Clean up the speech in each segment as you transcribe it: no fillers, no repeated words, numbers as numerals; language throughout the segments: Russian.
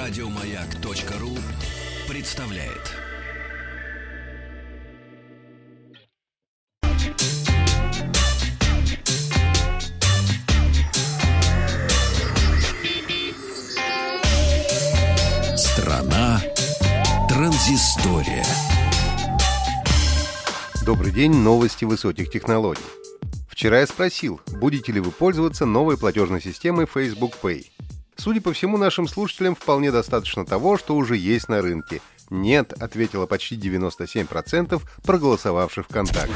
Радиомаяк.ру представляет. Страна транзистория. Добрый день, новости высоких технологий. Вчера я спросил, будете ли вы пользоваться новой платежной системой Facebook Pay. Судя по всему, нашим слушателям вполне достаточно того, что уже есть на рынке. Нет, ответило почти 97% проголосовавших ВКонтакте.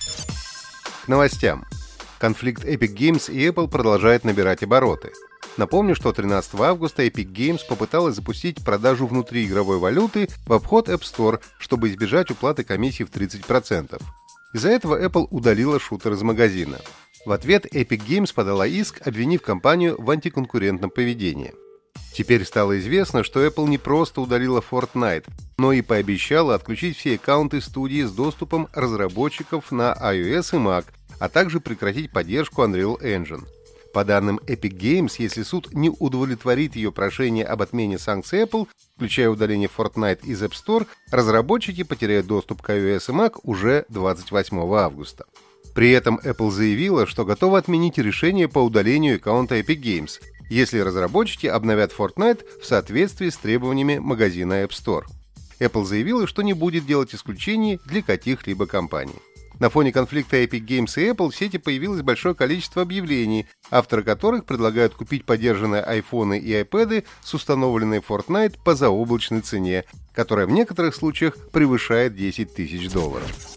К новостям. Конфликт Epic Games и Apple продолжает набирать обороты. Напомню, что 13 августа Epic Games попыталась запустить продажу внутриигровой валюты в обход App Store, чтобы избежать уплаты комиссии в 30%. Из-за этого Apple удалила шутер из магазина. В ответ Epic Games подала иск, обвинив компанию в антиконкурентном поведении. Теперь стало известно, что Apple не просто удалила Fortnite, но и пообещала отключить все аккаунты студии с доступом разработчиков на iOS и Mac, а также прекратить поддержку Unreal Engine. По данным Epic Games, если суд не удовлетворит ее прошение об отмене санкций Apple, включая удаление Fortnite из App Store, разработчики потеряют доступ к iOS и Mac уже 28 августа. При этом Apple заявила, что готова отменить решение по удалению аккаунта Epic Games, если разработчики обновят Fortnite в соответствии с требованиями магазина App Store. Apple заявила, что не будет делать исключений для каких-либо компаний. На фоне конфликта Epic Games и Apple в сети появилось большое количество объявлений, авторы которых предлагают купить поддержанные iPhone и iPad с установленной Fortnite по заоблачной цене, которая в некоторых случаях превышает $10 000.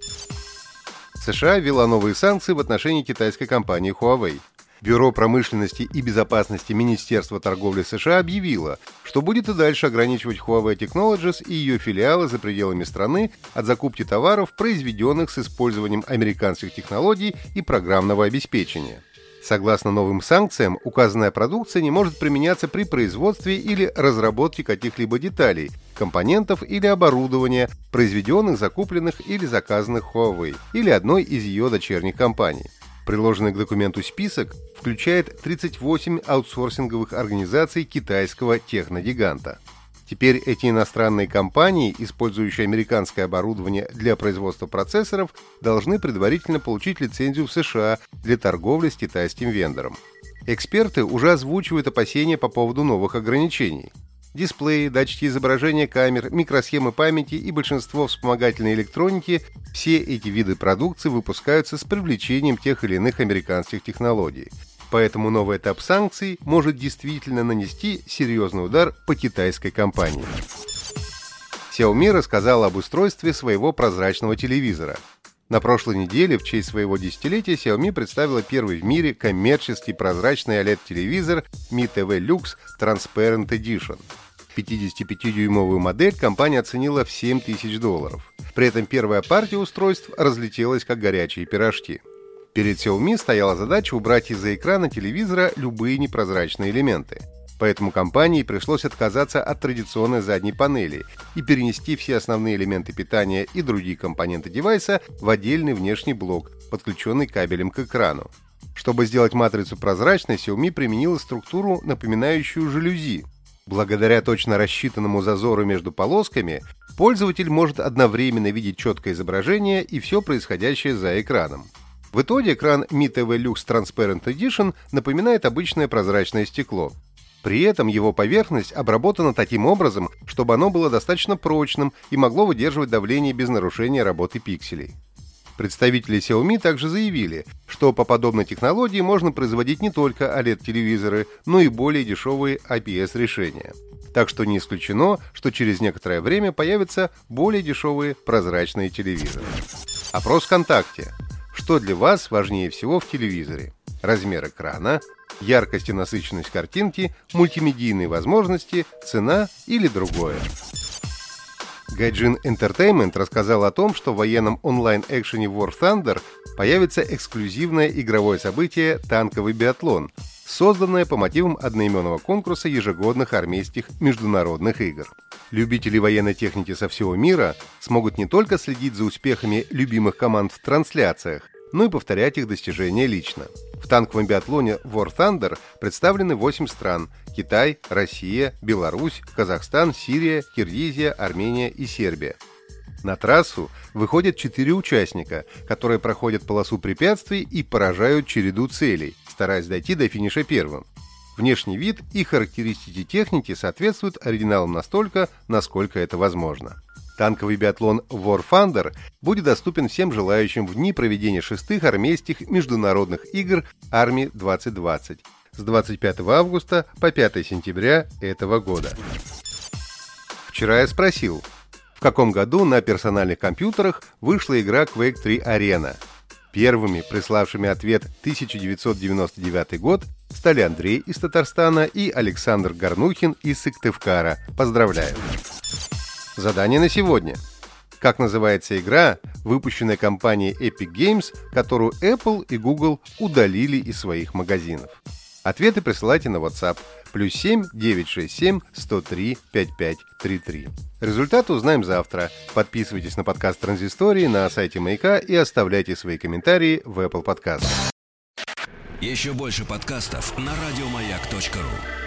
США ввела новые санкции в отношении китайской компании Huawei. Бюро промышленности и безопасности Министерства торговли США объявило, что будет и дальше ограничивать Huawei Technologies и ее филиалы за пределами страны от закупки товаров, произведенных с использованием американских технологий и программного обеспечения. Согласно новым санкциям, указанная продукция не может применяться при производстве или разработке каких-либо деталей, компонентов или оборудования, произведенных, закупленных или заказанных Huawei или одной из ее дочерних компаний. Приложенный к документу список включает 38 аутсорсинговых организаций китайского техногиганта. Теперь эти иностранные компании, использующие американское оборудование для производства процессоров, должны предварительно получить лицензию в США для торговли с китайским вендором. Эксперты уже озвучивают опасения по поводу новых ограничений. Дисплеи, датчики изображения камер, микросхемы памяти и большинство вспомогательной электроники – все эти виды продукции выпускаются с привлечением тех или иных американских технологий. Поэтому новый этап санкций может действительно нанести серьезный удар по китайской компании. Xiaomi рассказала об устройстве своего прозрачного телевизора. На прошлой неделе, в честь своего десятилетия, Xiaomi представила первый в мире коммерческий прозрачный OLED-телевизор Mi TV Lux Transparent Edition. 55-дюймовую модель компания оценила в $7000. При этом первая партия устройств разлетелась как горячие пирожки. Перед Xiaomi стояла задача убрать из-за экрана телевизора любые непрозрачные элементы. Поэтому компании пришлось отказаться от традиционной задней панели и перенести все основные элементы питания и другие компоненты девайса в отдельный внешний блок, подключенный кабелем к экрану. Чтобы сделать матрицу прозрачной, Xiaomi применила структуру, напоминающую жалюзи. Благодаря точно рассчитанному зазору между полосками, пользователь может одновременно видеть четкое изображение и все происходящее за экраном. В итоге экран Mi TV Lux Transparent Edition напоминает обычное прозрачное стекло. При этом его поверхность обработана таким образом, чтобы оно было достаточно прочным и могло выдерживать давление без нарушения работы пикселей. Представители Xiaomi также заявили, что по подобной технологии можно производить не только OLED-телевизоры, но и более дешевые IPS-решения. Так что не исключено, что через некоторое время появятся более дешевые прозрачные телевизоры. Опрос ВКонтакте. Что для вас важнее всего в телевизоре? Размер экрана, яркость и насыщенность картинки, мультимедийные возможности, цена или другое? Gaijin Entertainment рассказал о том, что в военном онлайн-экшене War Thunder появится эксклюзивное игровое событие «Танковый биатлон», созданное по мотивам одноименного конкурса ежегодных армейских международных игр. Любители военной техники со всего мира смогут не только следить за успехами любимых команд в трансляциях, но и повторять их достижения лично. В танковом биатлоне War Thunder представлены 8 стран – Китай, Россия, Беларусь, Казахстан, Сирия, Киргизия, Армения и Сербия. На трассу выходят 4 участника, которые проходят полосу препятствий и поражают череду целей, стараясь дойти до финиша первым. Внешний вид и характеристики техники соответствуют оригиналам настолько, насколько это возможно. Танковый биатлон War Thunder будет доступен всем желающим в дни проведения 6-х армейских международных игр Арми-2020 с 25 августа по 5 сентября этого года. Вчера я спросил, в каком году на персональных компьютерах вышла игра Quake 3 Arena. Первыми, приславшими ответ 1999 год, стали Андрей из Татарстана и Александр Горнухин из Сыктывкара. Поздравляю! Задание на сегодня. Как называется игра, выпущенная компанией Epic Games, которую Apple и Google удалили из своих магазинов? Ответы присылайте на WhatsApp +7 967 103 5533. Результаты узнаем завтра. Подписывайтесь на подкаст Транзистории на сайте Маяка и оставляйте свои комментарии в Apple Podcast. Еще больше подкастов на радиомаяк.ру.